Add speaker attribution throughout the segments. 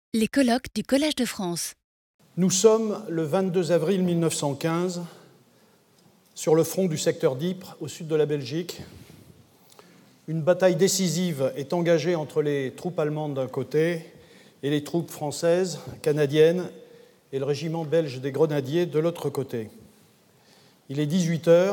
Speaker 1: Les colloques du Collège de France.
Speaker 2: Nous sommes le 22 avril 1915 sur le front du secteur d'Ypres, au sud de la Belgique. Une bataille décisive est engagée entre les troupes allemandes d'un côté et les troupes françaises, canadiennes et le régiment belge des grenadiers de l'autre côté. Il est 18h.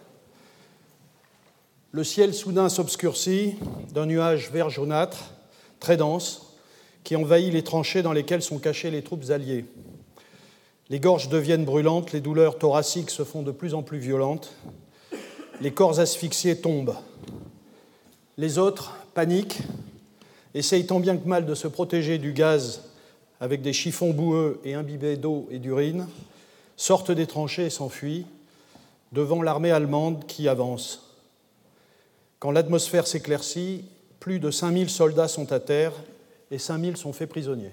Speaker 2: Le ciel soudain s'obscurcit d'un nuage vert jaunâtre, très dense, qui envahit les tranchées dans lesquelles sont cachées les troupes alliées. Les gorges deviennent brûlantes, les douleurs thoraciques se font de plus en plus violentes, les corps asphyxiés tombent. Les autres paniquent, essayent tant bien que mal de se protéger du gaz avec des chiffons boueux et imbibés d'eau et d'urine, sortent des tranchées et s'enfuient devant l'armée allemande qui avance. Quand l'atmosphère s'éclaircit, plus de 5000 soldats sont à terre et 5000 sont faits prisonniers.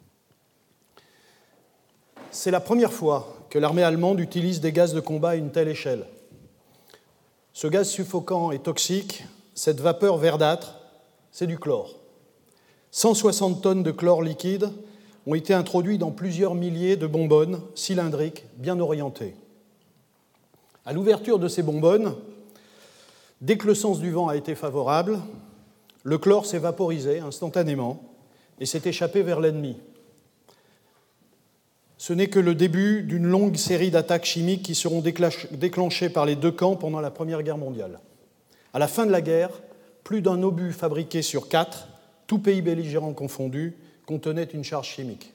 Speaker 2: C'est la première fois que l'armée allemande utilise des gaz de combat à une telle échelle. Ce gaz suffocant et toxique, cette vapeur verdâtre, c'est du chlore. 160 tonnes de chlore liquide ont été introduites dans plusieurs milliers de bonbonnes cylindriques bien orientées. À l'ouverture de ces bonbonnes, dès que le sens du vent a été favorable, le chlore s'est vaporisé instantanément et s'est échappé vers l'ennemi. Ce n'est que le début d'une longue série d'attaques chimiques qui seront déclenchées par les deux camps pendant la Première Guerre mondiale. À la fin de la guerre, plus d'un obus fabriqué sur 4, tous pays belligérants confondus, contenait une charge chimique.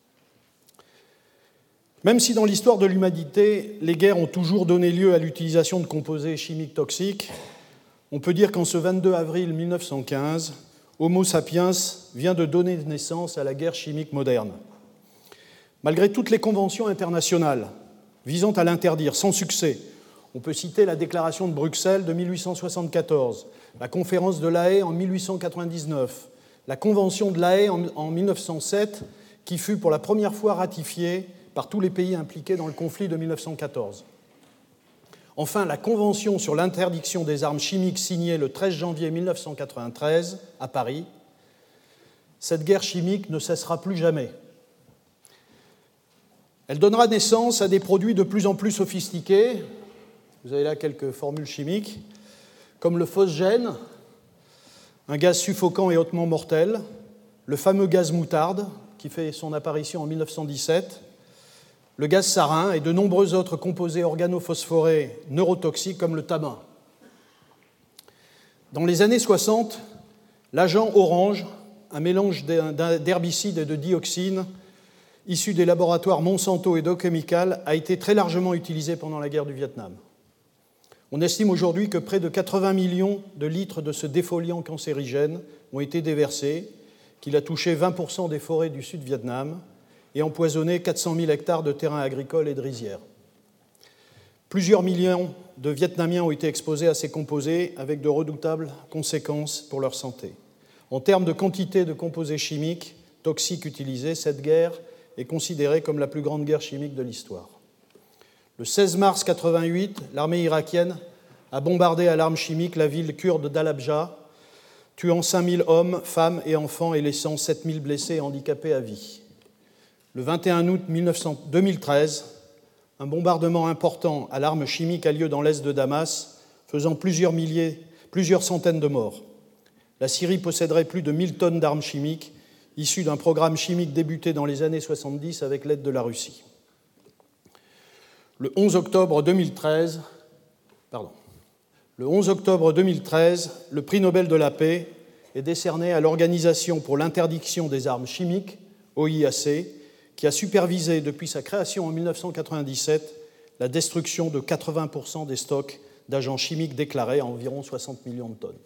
Speaker 2: Même si dans l'histoire de l'humanité, les guerres ont toujours donné lieu à l'utilisation de composés chimiques toxiques, on peut dire qu'en ce 22 avril 1915, Homo sapiens vient de donner naissance à la guerre chimique moderne. Malgré toutes les conventions internationales visant à l'interdire sans succès, on peut citer la déclaration de Bruxelles de 1874, la conférence de La Haye en 1899, la convention de La Haye en 1907, qui fut pour la première fois ratifiée par tous les pays impliqués dans le conflit de 1914. Enfin, la Convention sur l'interdiction des armes chimiques signée le 13 janvier 1993 à Paris. Cette guerre chimique ne cessera plus jamais. Elle donnera naissance à des produits de plus en plus sophistiqués. Vous avez là quelques formules chimiques, comme le phosgène, un gaz suffocant et hautement mortel, le fameux gaz moutarde, qui fait son apparition en 1917, le gaz sarin et de nombreux autres composés organophosphorés neurotoxiques comme le tabac. Dans les années 60, l'agent orange, un mélange d'herbicides et de dioxines issu des laboratoires Monsanto et Dow Chemical, a été très largement utilisé pendant la guerre du Vietnam. On estime aujourd'hui que près de 80 millions de litres de ce défoliant cancérigène ont été déversés, qu'il a touché 20% des forêts du Sud-Vietnam et empoisonné 400 000 hectares de terrains agricoles et de rizières. Plusieurs millions de Vietnamiens ont été exposés à ces composés avec de redoutables conséquences pour leur santé. En termes de quantité de composés chimiques toxiques utilisés, cette guerre est considérée comme la plus grande guerre chimique de l'histoire. Le 16 mars 1988, l'armée irakienne a bombardé à l'arme chimique la ville kurde d'Halabja, tuant 5000 hommes, femmes et enfants et laissant 7000 blessés et handicapés à vie. Le 21 août 2013, un bombardement important à l'arme chimique a lieu dans l'est de Damas, faisant plusieurs centaines de morts. La Syrie posséderait plus de 1000 tonnes d'armes chimiques, issues d'un programme chimique débuté dans les années 70 avec l'aide de la Russie. Le 11 octobre 2013, le prix Nobel de la paix est décerné à l'Organisation pour l'interdiction des armes chimiques, OIAC, qui a supervisé depuis sa création en 1997 la destruction de 80% des stocks d'agents chimiques déclarés à environ 60 millions de tonnes.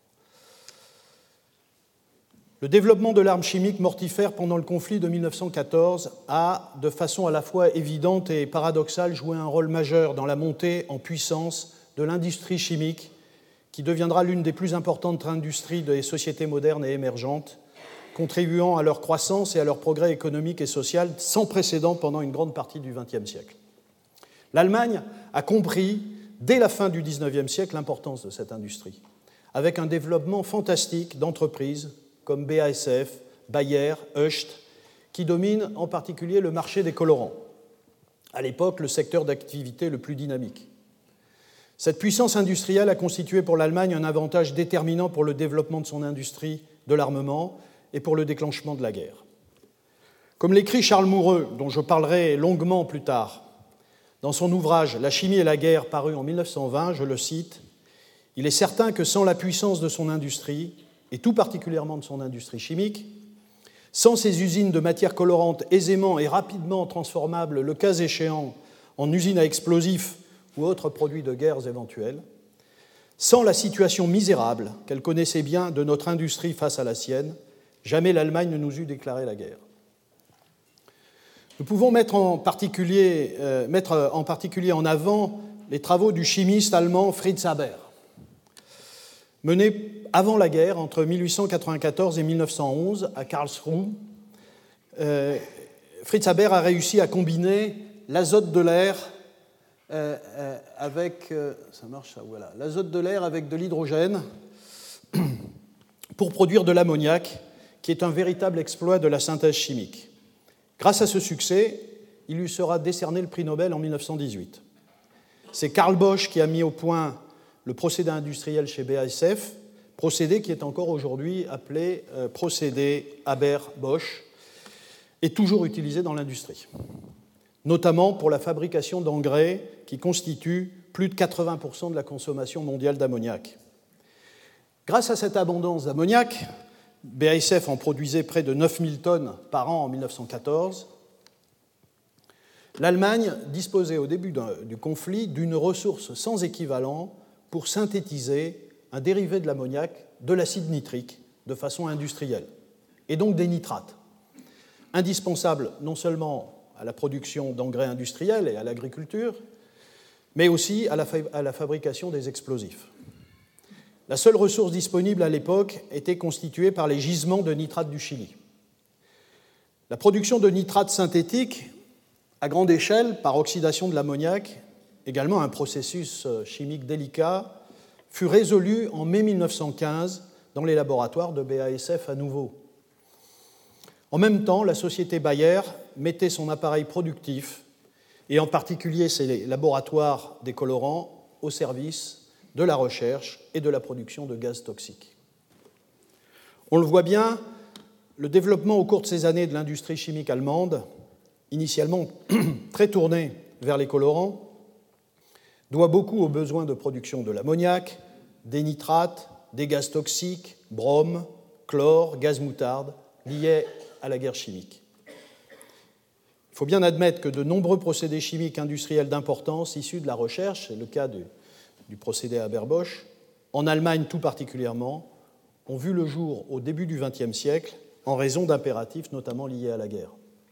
Speaker 2: Le développement de l'arme chimique mortifère pendant le conflit de 1914 a, de façon à la fois évidente et paradoxale, joué un rôle majeur dans la montée en puissance de l'industrie chimique, qui deviendra l'une des plus importantes industries des sociétés modernes et émergentes, contribuant à leur croissance et à leur progrès économique et social sans précédent pendant une grande partie du XXe siècle. L'Allemagne a compris, dès la fin du XIXe siècle, l'importance de cette industrie, avec un développement fantastique d'entreprises comme BASF, Bayer, Hoechst qui domine en particulier le marché des colorants, à l'époque le secteur d'activité le plus dynamique. Cette puissance industrielle a constitué pour l'Allemagne un avantage déterminant pour le développement de son industrie de l'armement et pour le déclenchement de la guerre. Comme l'écrit Charles Moureux, dont je parlerai longuement plus tard, dans son ouvrage « La chimie et la guerre » paru en 1920, je le cite, « Il est certain que sans la puissance de son industrie, et tout particulièrement de son industrie chimique, sans ces usines de matières colorantes aisément et rapidement transformables, le cas échéant, en usines à explosifs ou autres produits de guerres éventuels, sans la situation misérable qu'elle connaissait bien de notre industrie face à la sienne, jamais l'Allemagne ne nous eût déclaré la guerre. » Nous pouvons mettre en particulier en avant les travaux du chimiste allemand Fritz Haber, menés avant la guerre, entre 1894 et 1911, à Karlsruhe. Fritz Haber a réussi à combiner l'azote de l'air avec de l'hydrogène pour produire de l'ammoniac, qui est un véritable exploit de la synthèse chimique. Grâce à ce succès, il lui sera décerné le prix Nobel en 1918. C'est Karl Bosch qui a mis au point le procédé industriel chez BASF, procédé qui est encore aujourd'hui appelé procédé Haber-Bosch, et toujours utilisé dans l'industrie, notamment pour la fabrication d'engrais qui constituent plus de 80% de la consommation mondiale d'ammoniac. Grâce à cette abondance d'ammoniac, BASF en produisait près de 9000 tonnes par an en 1914. L'Allemagne disposait au début du conflit d'une ressource sans équivalent pour synthétiser un dérivé de l'ammoniac, de l'acide nitrique, de façon industrielle, et donc des nitrates, indispensables non seulement à la production d'engrais industriels et à l'agriculture, mais aussi à la fabrication des explosifs. La seule ressource disponible à l'époque était constituée par les gisements de nitrates du Chili. La production de nitrates synthétiques à grande échelle par oxydation de l'ammoniac, également un processus chimique délicat, fut résolue en mai 1915 dans les laboratoires de BASF à nouveau. En même temps, la société Bayer mettait son appareil productif, et en particulier ses laboratoires des colorants, au service de la recherche et de la production de gaz toxiques. On le voit bien, le développement au cours de ces années de l'industrie chimique allemande, initialement très tournée vers les colorants, doit beaucoup aux besoins de production de l'ammoniac, des nitrates, des gaz toxiques, brome, chlore, gaz moutarde, liés à la guerre chimique. Il faut bien admettre que de nombreux procédés chimiques industriels d'importance issus de la recherche, c'est le cas du procédé Haber-Bosch, en Allemagne tout particulièrement, ont vu le jour au début du XXe siècle en raison d'impératifs notamment liés à la guerre.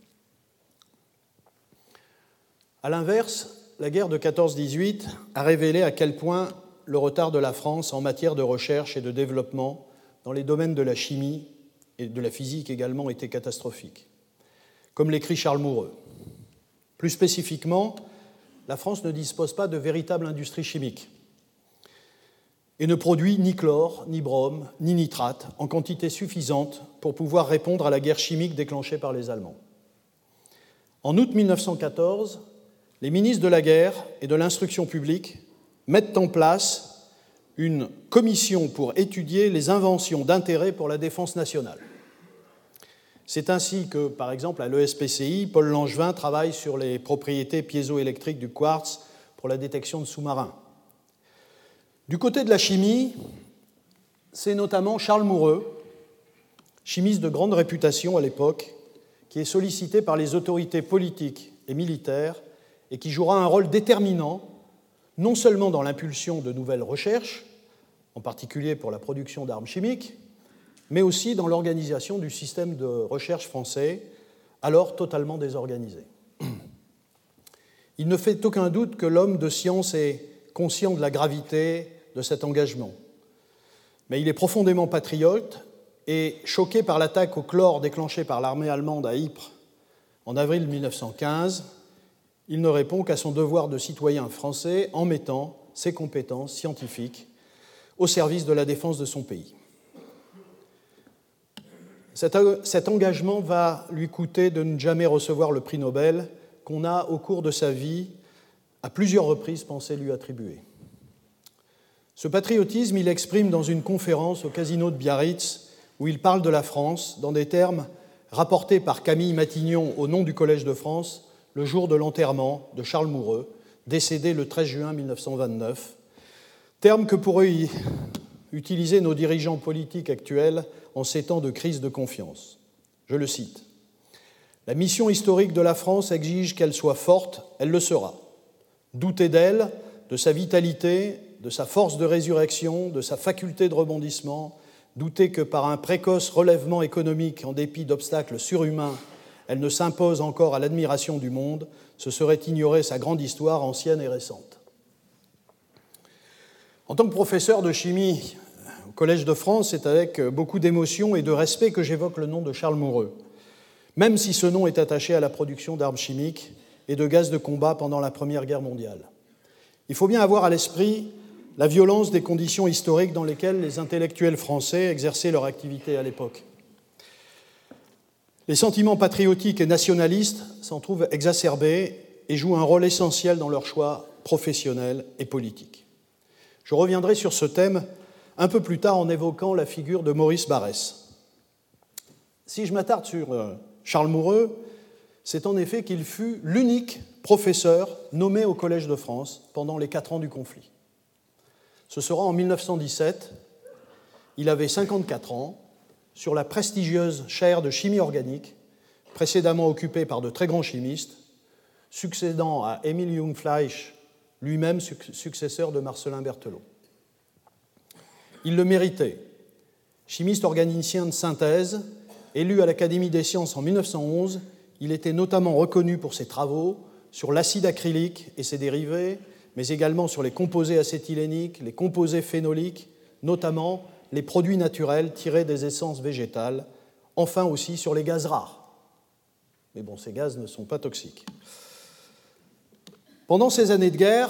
Speaker 2: À l'inverse, la guerre de 14-18 a révélé à quel point le retard de la France en matière de recherche et de développement dans les domaines de la chimie et de la physique également était catastrophique, comme l'écrit Charles Moureux. Plus spécifiquement, la France ne dispose pas de véritable industrie chimique et ne produit ni chlore, ni brome, ni nitrate en quantité suffisante pour pouvoir répondre à la guerre chimique déclenchée par les Allemands. En août 1914, les ministres de la guerre et de l'instruction publique mettent en place une commission pour étudier les inventions d'intérêt pour la défense nationale. C'est ainsi que, par exemple, à l'ESPCI, Paul Langevin travaille sur les propriétés piézoélectriques du quartz pour la détection de sous-marins. Du côté de la chimie, c'est notamment Charles Moureux, chimiste de grande réputation à l'époque, qui est sollicité par les autorités politiques et militaires et qui jouera un rôle déterminant, non seulement dans l'impulsion de nouvelles recherches, en particulier pour la production d'armes chimiques, mais aussi dans l'organisation du système de recherche français, alors totalement désorganisé. Il ne fait aucun doute que l'homme de science est conscient de la gravité de cet engagement. Mais il est profondément patriote et, choqué par l'attaque au chlore déclenchée par l'armée allemande à Ypres en avril 1915, il ne répond qu'à son devoir de citoyen français en mettant ses compétences scientifiques au service de la défense de son pays. Cet engagement va lui coûter de ne jamais recevoir le prix Nobel qu'on a, au cours de sa vie, à plusieurs reprises pensé lui attribuer. Ce patriotisme, il l'exprime dans une conférence au casino de Biarritz, où il parle de la France dans des termes rapportés par Camille Matignon au nom du Collège de France le jour de l'enterrement de Charles Moureux, décédé le 13 juin 1929, termes que pourraient utiliser nos dirigeants politiques actuels en ces temps de crise de confiance. Je le cite. « La mission historique de la France exige qu'elle soit forte, elle le sera. Douter d'elle, de sa vitalité, de sa force de résurrection, de sa faculté de rebondissement, douter que par un précoce relèvement économique, en dépit d'obstacles surhumains, elle ne s'impose encore à l'admiration du monde, ce serait ignorer sa grande histoire ancienne et récente. » En tant que professeur de chimie au Collège de France, c'est avec beaucoup d'émotion et de respect que j'évoque le nom de Charles Moureux, même si ce nom est attaché à la production d'armes chimiques et de gaz de combat pendant la Première Guerre mondiale. Il faut bien avoir à l'esprit la violence des conditions historiques dans lesquelles les intellectuels français exerçaient leur activité à l'époque. Les sentiments patriotiques et nationalistes s'en trouvent exacerbés et jouent un rôle essentiel dans leurs choix professionnels et politiques. Je reviendrai sur ce thème un peu plus tard en évoquant la figure de Maurice Barrès. Si je m'attarde sur Charles Moureux, c'est en effet qu'il fut l'unique professeur nommé au Collège de France pendant les 4 ans du conflit. Ce sera en 1917, il avait 54 ans, sur la prestigieuse chaire de chimie organique, précédemment occupée par de très grands chimistes, succédant à Émile Jungfleisch, lui-même successeur de Marcellin Berthelot. Il le méritait. Chimiste organicien de synthèse, élu à l'Académie des sciences en 1911, il était notamment reconnu pour ses travaux sur l'acide acrylique et ses dérivés, mais également sur les composés acétyléniques, les composés phénoliques, notamment les produits naturels tirés des essences végétales, enfin aussi sur les gaz rares. Mais bon, ces gaz ne sont pas toxiques. Pendant ces années de guerre,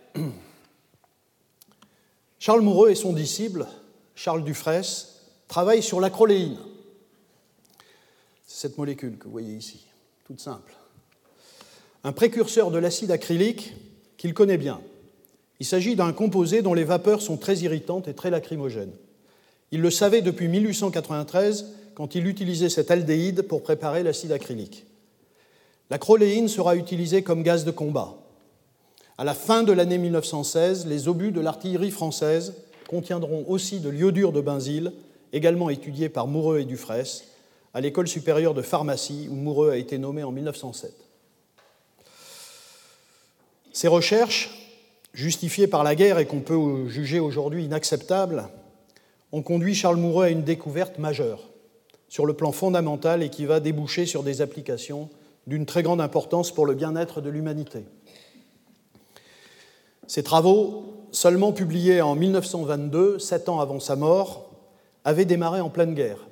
Speaker 2: Charles Moureux et son disciple, Charles Dufraisse, travaillent sur l'acroléine. C'est cette molécule que vous voyez ici, toute simple. Un précurseur de l'acide acrylique qu'il connaît bien. Il s'agit d'un composé dont les vapeurs sont très irritantes et très lacrymogènes. Il le savait depuis 1893 quand il utilisait cet aldéhyde pour préparer l'acide acrylique. L'acroléine sera utilisée comme gaz de combat. À la fin de l'année 1916, les obus de l'artillerie française contiendront aussi de l'iodure de benzyle, également étudié par Moureux et Dufraisse, à l'École supérieure de pharmacie où Moureux a été nommé en 1907. Ces recherches, justifiées par la guerre et qu'on peut juger aujourd'hui inacceptables, ont conduit Charles Moureux à une découverte majeure sur le plan fondamental et qui va déboucher sur des applications d'une très grande importance pour le bien-être de l'humanité. Ces travaux, seulement publiés en 1922, 7 ans avant sa mort, avaient démarré en pleine guerre.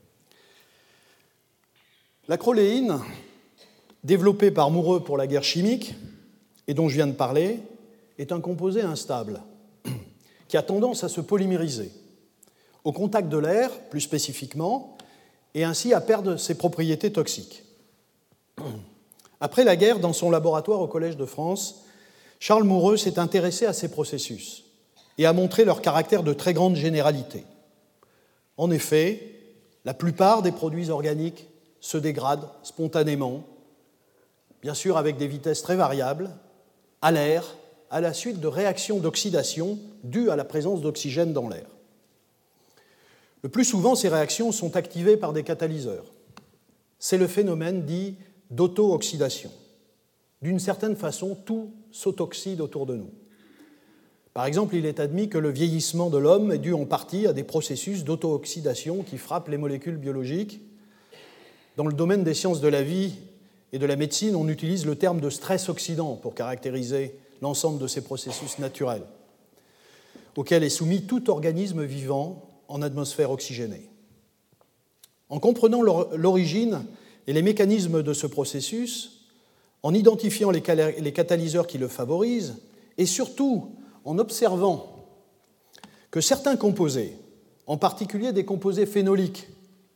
Speaker 2: L'acroléine, développée par Moureux pour la guerre chimique, et dont je viens de parler, est un composé instable qui a tendance à se polymériser au contact de l'air, plus spécifiquement, et ainsi à perdre ses propriétés toxiques. Après la guerre, dans son laboratoire au Collège de France, Charles Moureux s'est intéressé à ces processus et a montré leur caractère de très grande généralité. En effet, la plupart des produits organiques se dégradent spontanément, bien sûr avec des vitesses très variables, à l'air, à la suite de réactions d'oxydation dues à la présence d'oxygène dans l'air. Le plus souvent, ces réactions sont activées par des catalyseurs. C'est le phénomène dit d'auto-oxydation. D'une certaine façon, tout s'autoxyde autour de nous. Par exemple, il est admis que le vieillissement de l'homme est dû en partie à des processus d'auto-oxydation qui frappent les molécules biologiques. Dans le domaine des sciences de la vie et de la médecine, on utilise le terme de stress oxydant pour caractériser l'ensemble de ces processus naturels, auxquels est soumis tout organisme vivant en atmosphère oxygénée. En comprenant l'origine et les mécanismes de ce processus, en identifiant les catalyseurs qui le favorisent, et surtout en observant que certains composés, en particulier des composés phénoliques,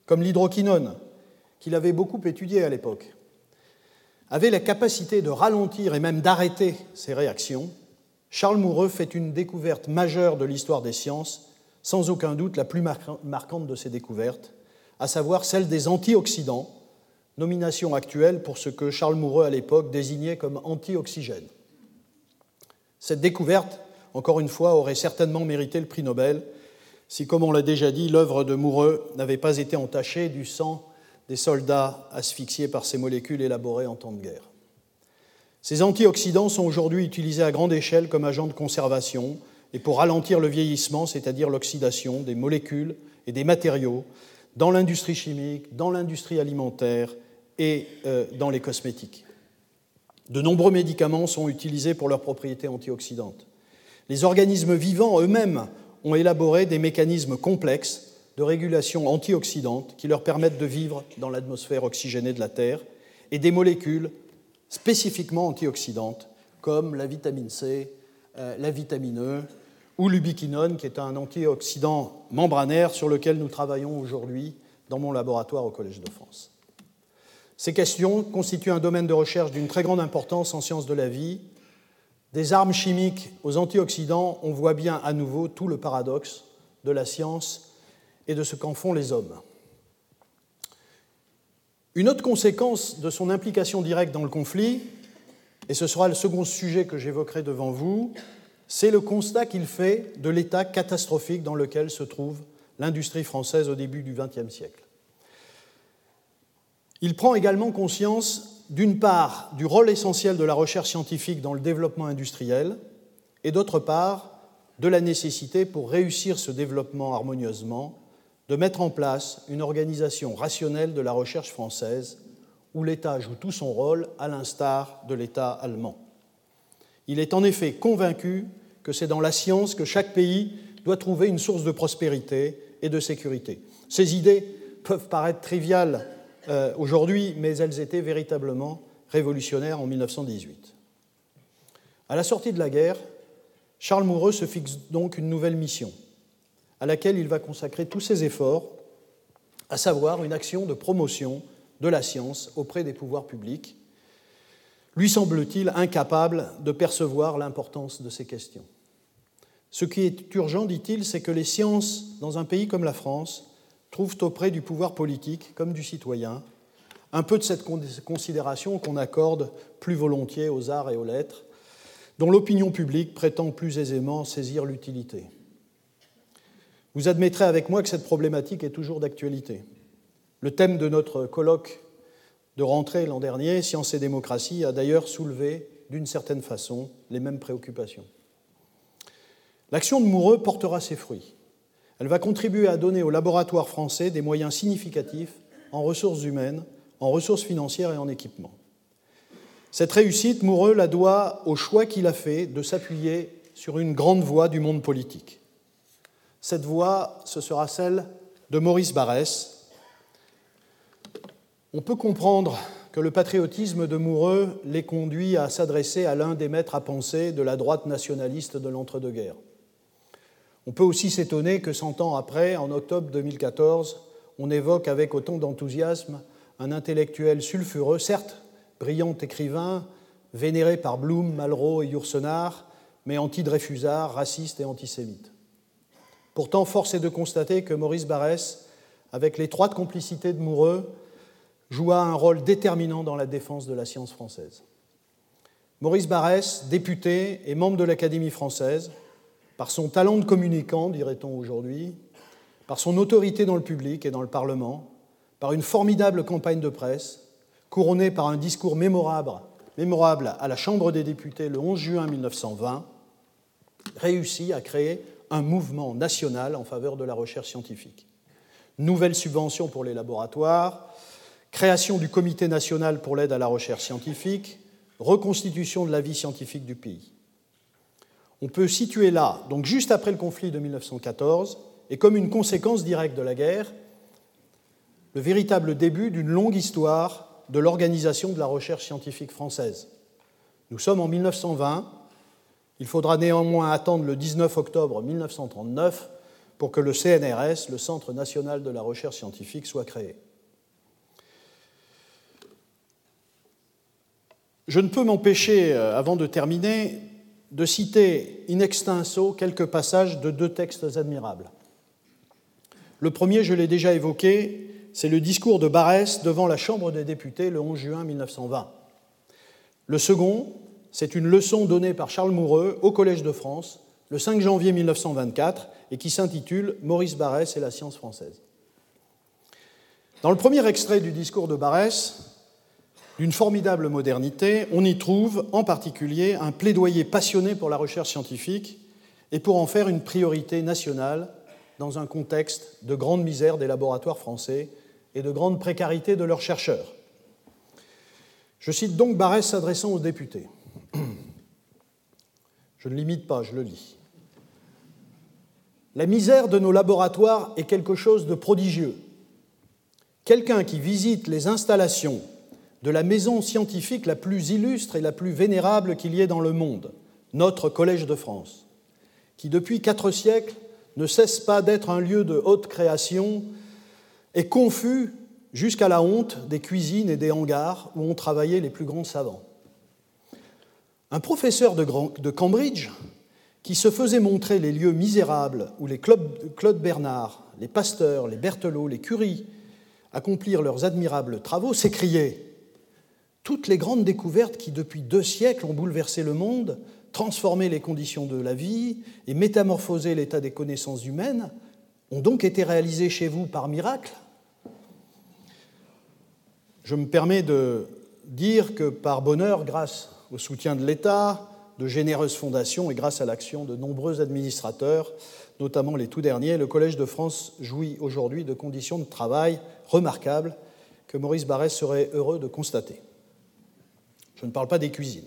Speaker 2: comme l'hydroquinone, qu'il avait beaucoup étudié à l'époque, avait la capacité de ralentir et même d'arrêter ces réactions, Charles Moureux fait une découverte majeure de l'histoire des sciences, sans aucun doute la plus marquante de ces découvertes, à savoir celle des antioxydants, nomination actuelle pour ce que Charles Moureux à l'époque désignait comme antioxygène. Cette découverte, encore une fois, aurait certainement mérité le prix Nobel si, comme on l'a déjà dit, l'œuvre de Moureux n'avait pas été entachée du sang des soldats asphyxiés par ces molécules élaborées en temps de guerre. Ces antioxydants sont aujourd'hui utilisés à grande échelle comme agents de conservation et pour ralentir le vieillissement, c'est-à-dire l'oxydation des molécules et des matériaux dans l'industrie chimique, dans l'industrie alimentaire et dans les cosmétiques. De nombreux médicaments sont utilisés pour leurs propriétés antioxydantes. Les organismes vivants eux-mêmes ont élaboré des mécanismes complexes de régulation antioxydante qui leur permettent de vivre dans l'atmosphère oxygénée de la Terre et des molécules spécifiquement antioxydantes comme la vitamine C, la vitamine E ou l'ubiquinone qui est un antioxydant membranaire sur lequel nous travaillons aujourd'hui dans mon laboratoire au Collège de France. Ces questions constituent un domaine de recherche d'une très grande importance en sciences de la vie. Des armes chimiques aux antioxydants, on voit bien à nouveau tout le paradoxe de la science et de ce qu'en font les hommes. Une autre conséquence de son implication directe dans le conflit, et ce sera le second sujet que j'évoquerai devant vous, c'est le constat qu'il fait de l'état catastrophique dans lequel se trouve l'industrie française au début du XXe siècle. Il prend également conscience, d'une part, du rôle essentiel de la recherche scientifique dans le développement industriel, et d'autre part, de la nécessité, pour réussir ce développement harmonieusement, de mettre en place une organisation rationnelle de la recherche française où l'État joue tout son rôle, à l'instar de l'État allemand. Il est en effet convaincu que c'est dans la science que chaque pays doit trouver une source de prospérité et de sécurité. Ces idées peuvent paraître triviales aujourd'hui, mais elles étaient véritablement révolutionnaires en 1918. À la sortie de la guerre, Charles Moureux se fixe donc une nouvelle mission, à laquelle il va consacrer tous ses efforts, à savoir une action de promotion de la science auprès des pouvoirs publics, lui semble-t-il incapable de percevoir l'importance de ces questions. Ce qui est urgent, dit-il, c'est que les sciences, dans un pays comme la France, trouvent auprès du pouvoir politique, comme du citoyen, un peu de cette considération qu'on accorde plus volontiers aux arts et aux lettres, dont l'opinion publique prétend plus aisément saisir l'utilité. Vous admettrez avec moi que cette problématique est toujours d'actualité. Le thème de notre colloque de rentrée l'an dernier, Sciences et démocratie, a d'ailleurs soulevé, d'une certaine façon, les mêmes préoccupations. L'action de Moureux portera ses fruits. Elle va contribuer à donner au laboratoire français des moyens significatifs en ressources humaines, en ressources financières et en équipement. Cette réussite, Moureux la doit au choix qu'il a fait de s'appuyer sur une grande voix du monde politique. Cette voix, ce sera celle de Maurice Barrès. On peut comprendre que le patriotisme de Moureux l'ait conduit à s'adresser à l'un des maîtres à penser de la droite nationaliste de l'entre-deux-guerres. On peut aussi s'étonner que 100 ans après, en octobre 2014, on évoque avec autant d'enthousiasme un intellectuel sulfureux, certes brillant écrivain, vénéré par Blum, Malraux et Yourcenar, mais anti-Dreyfusard, raciste et antisémite. Pourtant, force est de constater que Maurice Barrès, avec l'étroite complicité de Moureux, joua un rôle déterminant dans la défense de la science française. Maurice Barrès, député et membre de l'Académie française, par son talent de communicant, dirait-on aujourd'hui, par son autorité dans le public et dans le Parlement, par une formidable campagne de presse, couronnée par un discours mémorable à la Chambre des députés le 11 juin 1920, réussit à créer un mouvement national en faveur de la recherche scientifique. Nouvelles subventions pour les laboratoires, création du Comité national pour l'aide à la recherche scientifique, reconstitution de la vie scientifique du pays. On peut situer là, donc juste après le conflit de 1914, et comme une conséquence directe de la guerre, le véritable début d'une longue histoire de l'organisation de la recherche scientifique française. Nous sommes en 1920, il faudra néanmoins attendre le 19 octobre 1939 pour que le CNRS, le Centre national de la recherche scientifique, soit créé. Je ne peux m'empêcher, avant de terminer, de citer in extenso quelques passages de 2 textes admirables. Le premier, je l'ai déjà évoqué, c'est le discours de Barrès devant la Chambre des députés le 11 juin 1920. Le second, c'est une leçon donnée par Charles Moureux au Collège de France le 5 janvier 1924 et qui s'intitule « Maurice Barrès et la science française ». Dans le premier extrait du discours de Barrès, d'une formidable modernité, on y trouve en particulier un plaidoyer passionné pour la recherche scientifique et pour en faire une priorité nationale dans un contexte de grande misère des laboratoires français et de grande précarité de leurs chercheurs. Je cite donc Barrès s'adressant aux députés. Je ne l'imite pas, je le lis. « La misère de nos laboratoires est quelque chose de prodigieux. Quelqu'un qui visite les installations de la maison scientifique la plus illustre et la plus vénérable qu'il y ait dans le monde, notre Collège de France, qui depuis 4 siècles ne cesse pas d'être un lieu de haute création, est confus jusqu'à la honte des cuisines et des hangars où ont travaillé les plus grands savants. Un professeur de Cambridge, qui se faisait montrer les lieux misérables où les Claude Bernard, les Pasteur, les Berthelot, les Curie accomplirent leurs admirables travaux, s'écriait « Toutes les grandes découvertes qui, depuis 2 siècles, ont bouleversé le monde, transformé les conditions de la vie et métamorphosé l'état des connaissances humaines, ont donc été réalisées chez vous par miracle ?» Je me permets de dire que, par bonheur, grâce au soutien de l'État, de généreuses fondations et grâce à l'action de nombreux administrateurs, notamment les tout derniers, le Collège de France jouit aujourd'hui de conditions de travail remarquables que Maurice Barrès serait heureux de constater. Je ne parle pas des cuisines.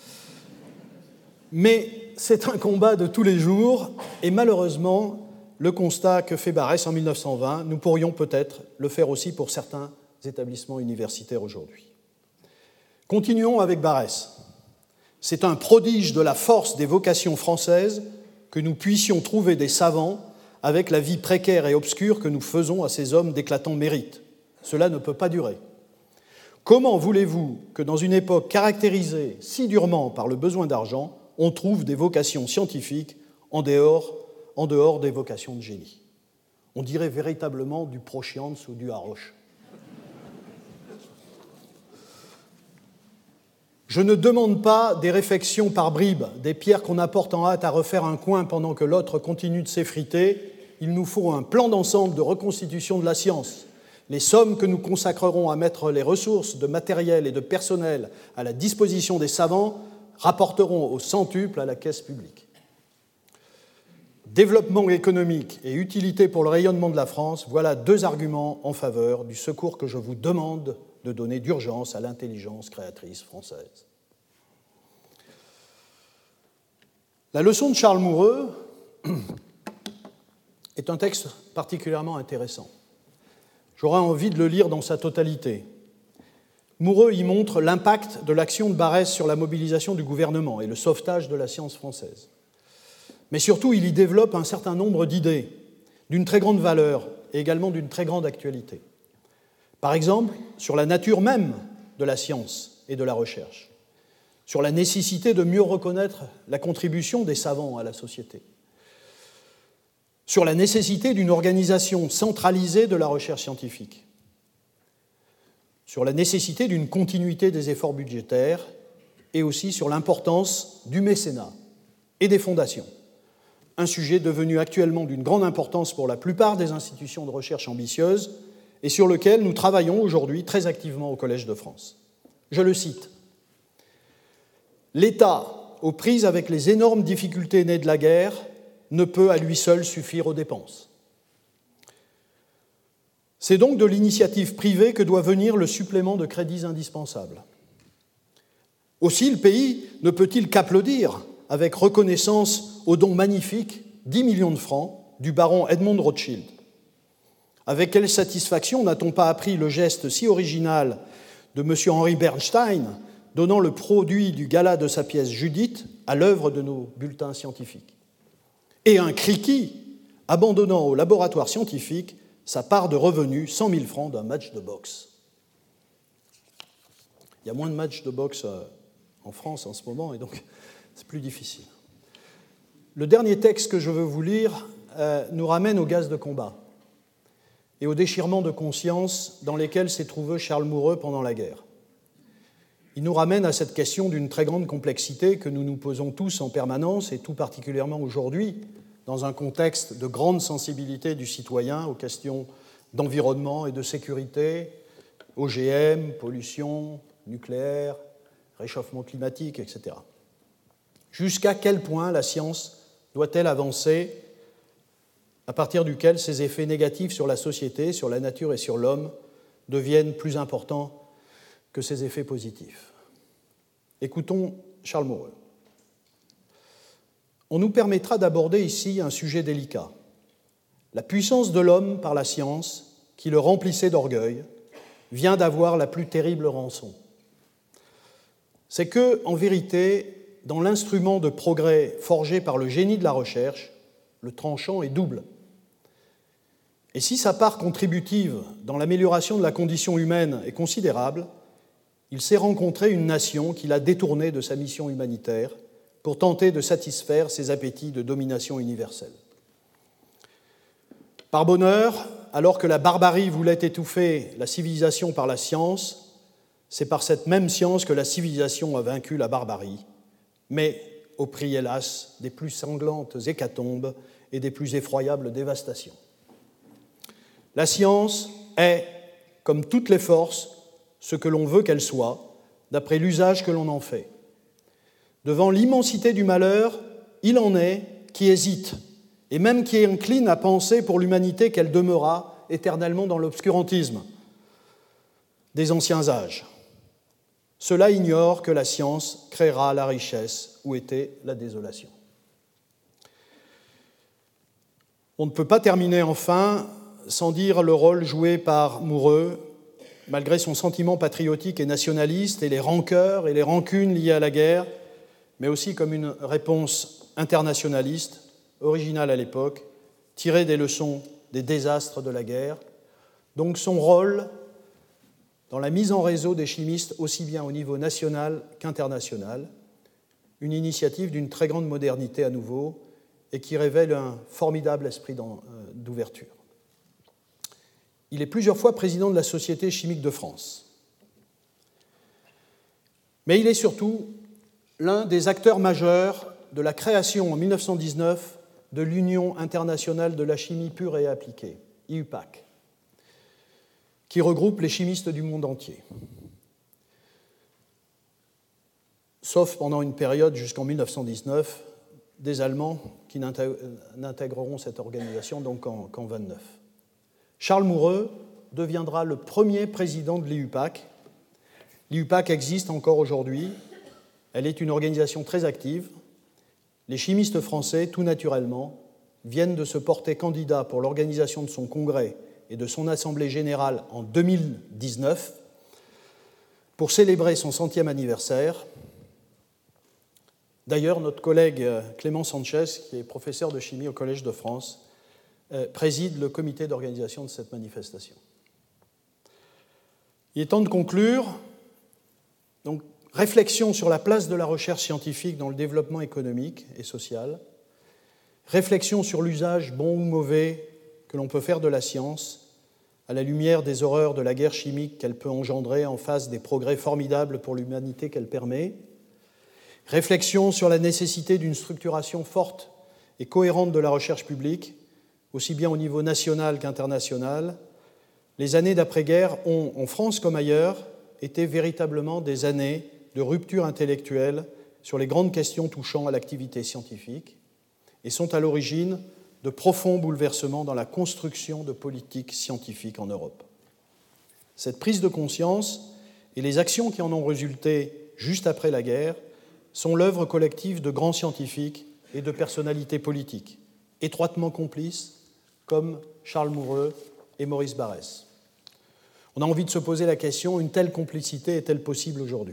Speaker 2: Mais c'est un combat de tous les jours et malheureusement, le constat que fait Barrès en 1920, nous pourrions peut-être le faire aussi pour certains établissements universitaires aujourd'hui. Continuons avec Barrès. C'est un prodige de la force des vocations françaises que nous puissions trouver des savants avec la vie précaire et obscure que nous faisons à ces hommes d'éclatant mérite. Cela ne peut pas durer. Comment voulez-vous que dans une époque caractérisée si durement par le besoin d'argent, on trouve des vocations scientifiques en dehors des vocations de génie? On dirait véritablement du Prochians ou du Haroche. Je ne demande pas des réfections par bribes, des pierres qu'on apporte en hâte à refaire un coin pendant que l'autre continue de s'effriter. Il nous faut un plan d'ensemble de reconstitution de la science. Les sommes que nous consacrerons à mettre les ressources de matériel et de personnel à la disposition des savants rapporteront au centuple à la caisse publique. Développement économique et utilité pour le rayonnement de la France, voilà 2 arguments en faveur du secours que je vous demande de donner d'urgence à l'intelligence créatrice française. La leçon de Charles Moureux est un texte particulièrement intéressant. J'aurais envie de le lire dans sa totalité. Moureux y montre l'impact de l'action de Barrès sur la mobilisation du gouvernement et le sauvetage de la science française. Mais surtout, il y développe un certain nombre d'idées d'une très grande valeur et également d'une très grande actualité. Par exemple, sur la nature même de la science et de la recherche, sur la nécessité de mieux reconnaître la contribution des savants à la société, sur la nécessité d'une organisation centralisée de la recherche scientifique, sur la nécessité d'une continuité des efforts budgétaires et aussi sur l'importance du mécénat et des fondations, un sujet devenu actuellement d'une grande importance pour la plupart des institutions de recherche ambitieuses et sur lequel nous travaillons aujourd'hui très activement au Collège de France. Je le cite. « L'État, aux prises avec les énormes difficultés nées de la guerre, ne peut à lui seul suffire aux dépenses. C'est donc de l'initiative privée que doit venir le supplément de crédits indispensables. Aussi, le pays ne peut-il qu'applaudir avec reconnaissance au don magnifique, 10 millions de francs, du baron Edmond Rothschild. Avec quelle satisfaction n'a-t-on pas appris le geste si original de M. Henri Bernstein, donnant le produit du gala de sa pièce Judith à l'œuvre de nos bulletins scientifiques. Et un criqui abandonnant au laboratoire scientifique sa part de revenus, 100 000 francs d'un match de boxe. Il y a moins de matchs de boxe en France en ce moment, et donc c'est plus difficile. Le dernier texte que je veux vous lire nous ramène au gaz de combat et au déchirement de conscience dans lesquels s'est trouvé Charles Moureux pendant la guerre. Il nous ramène à cette question d'une très grande complexité que nous nous posons tous en permanence, et tout particulièrement aujourd'hui, dans un contexte de grande sensibilité du citoyen aux questions d'environnement et de sécurité, OGM, pollution nucléaire, réchauffement climatique, etc. Jusqu'à quel point la science doit-elle avancer, à partir duquel ses effets négatifs sur la société, sur la nature et sur l'homme deviennent plus importants que ses effets positifs? Écoutons Charles Moureux. On nous permettra d'aborder ici un sujet délicat, la puissance de l'homme par la science, qui le remplissait d'orgueil, vient d'avoir la plus terrible rançon. C'est que, en vérité, dans l'instrument de progrès forgé par le génie de la recherche, le tranchant est double. Et si sa part contributive dans l'amélioration de la condition humaine est considérable, il s'est rencontré une nation qui l'a détourné de sa mission humanitaire pour tenter de satisfaire ses appétits de domination universelle. Par bonheur, alors que la barbarie voulait étouffer la civilisation par la science, c'est par cette même science que la civilisation a vaincu la barbarie, mais au prix, hélas, des plus sanglantes hécatombes et des plus effroyables dévastations. La science est, comme toutes les forces, ce que l'on veut qu'elle soit, d'après l'usage que l'on en fait. Devant l'immensité du malheur, il en est qui hésitent, et même qui inclinent à penser pour l'humanité qu'elle demeurera éternellement dans l'obscurantisme des anciens âges. Cela ignore que la science créera la richesse où était la désolation. On ne peut pas terminer enfin sans dire le rôle joué par Moureux, malgré son sentiment patriotique et nationaliste et les rancœurs et les rancunes liées à la guerre, mais aussi comme une réponse internationaliste, originale à l'époque, tirée des leçons des désastres de la guerre. Donc son rôle dans la mise en réseau des chimistes aussi bien au niveau national qu'international, une initiative d'une très grande modernité à nouveau et qui révèle un formidable esprit d'ouverture. Il est plusieurs fois président de la Société chimique de France. Mais il est surtout l'un des acteurs majeurs de la création en 1919 de l'Union internationale de la chimie pure et appliquée, IUPAC, qui regroupe les chimistes du monde entier. Sauf pendant une période jusqu'en 1919, des Allemands qui n'intégreront cette organisation donc qu'en 1929. Charles Moureux deviendra le premier président de l'IUPAC. L'IUPAC existe encore aujourd'hui. Elle est une organisation très active. Les chimistes français, tout naturellement, viennent de se porter candidats pour l'organisation de son congrès et de son assemblée générale en 2019 pour célébrer son 100e anniversaire. D'ailleurs, notre collègue Clément Sanchez, qui est professeur de chimie au Collège de France, préside le comité d'organisation de cette manifestation. Il est temps de conclure. Donc, réflexion sur la place de la recherche scientifique dans le développement économique et social, réflexion sur l'usage bon ou mauvais que l'on peut faire de la science à la lumière des horreurs de la guerre chimique qu'elle peut engendrer en face des progrès formidables pour l'humanité qu'elle permet, réflexion sur la nécessité d'une structuration forte et cohérente de la recherche publique, aussi bien au niveau national qu'international. Les années d'après-guerre ont, en France comme ailleurs, été véritablement des années de rupture intellectuelle sur les grandes questions touchant à l'activité scientifique et sont à l'origine de profonds bouleversements dans la construction de politiques scientifiques en Europe. Cette prise de conscience et les actions qui en ont résulté juste après la guerre sont l'œuvre collective de grands scientifiques et de personnalités politiques, étroitement complices, comme Charles Moureux et Maurice Barrès. On a envie de se poser la question, une telle complicité est-elle possible aujourd'hui ?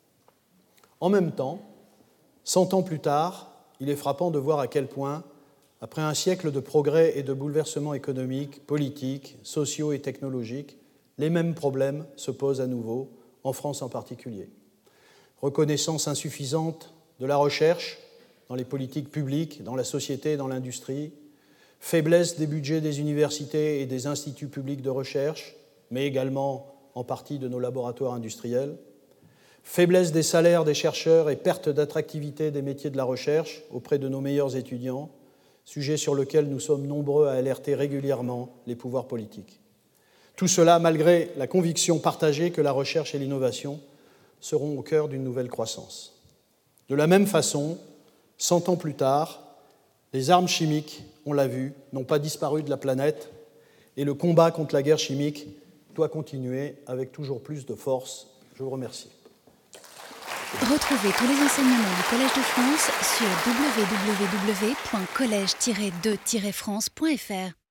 Speaker 2: En même temps, 100 ans plus tard, il est frappant de voir à quel point Après un siècle de progrès et de bouleversements économiques, politiques, sociaux et technologiques, les mêmes problèmes se posent à nouveau, en France en particulier. Reconnaissance insuffisante de la recherche dans les politiques publiques, dans la société et dans l'industrie, faiblesse des budgets des universités et des instituts publics de recherche, mais également en partie de nos laboratoires industriels, faiblesse des salaires des chercheurs et perte d'attractivité des métiers de la recherche auprès de nos meilleurs étudiants, sujet sur lequel nous sommes nombreux à alerter régulièrement les pouvoirs politiques. Tout cela malgré la conviction partagée que la recherche et l'innovation seront au cœur d'une nouvelle croissance. De la même façon, 100 ans plus tard, les armes chimiques, on l'a vu, n'ont pas disparu de la planète et le combat contre la guerre chimique doit continuer avec toujours plus de force. Je vous remercie.
Speaker 1: Retrouvez tous les enseignements du Collège de France sur www.collège-2-france.fr.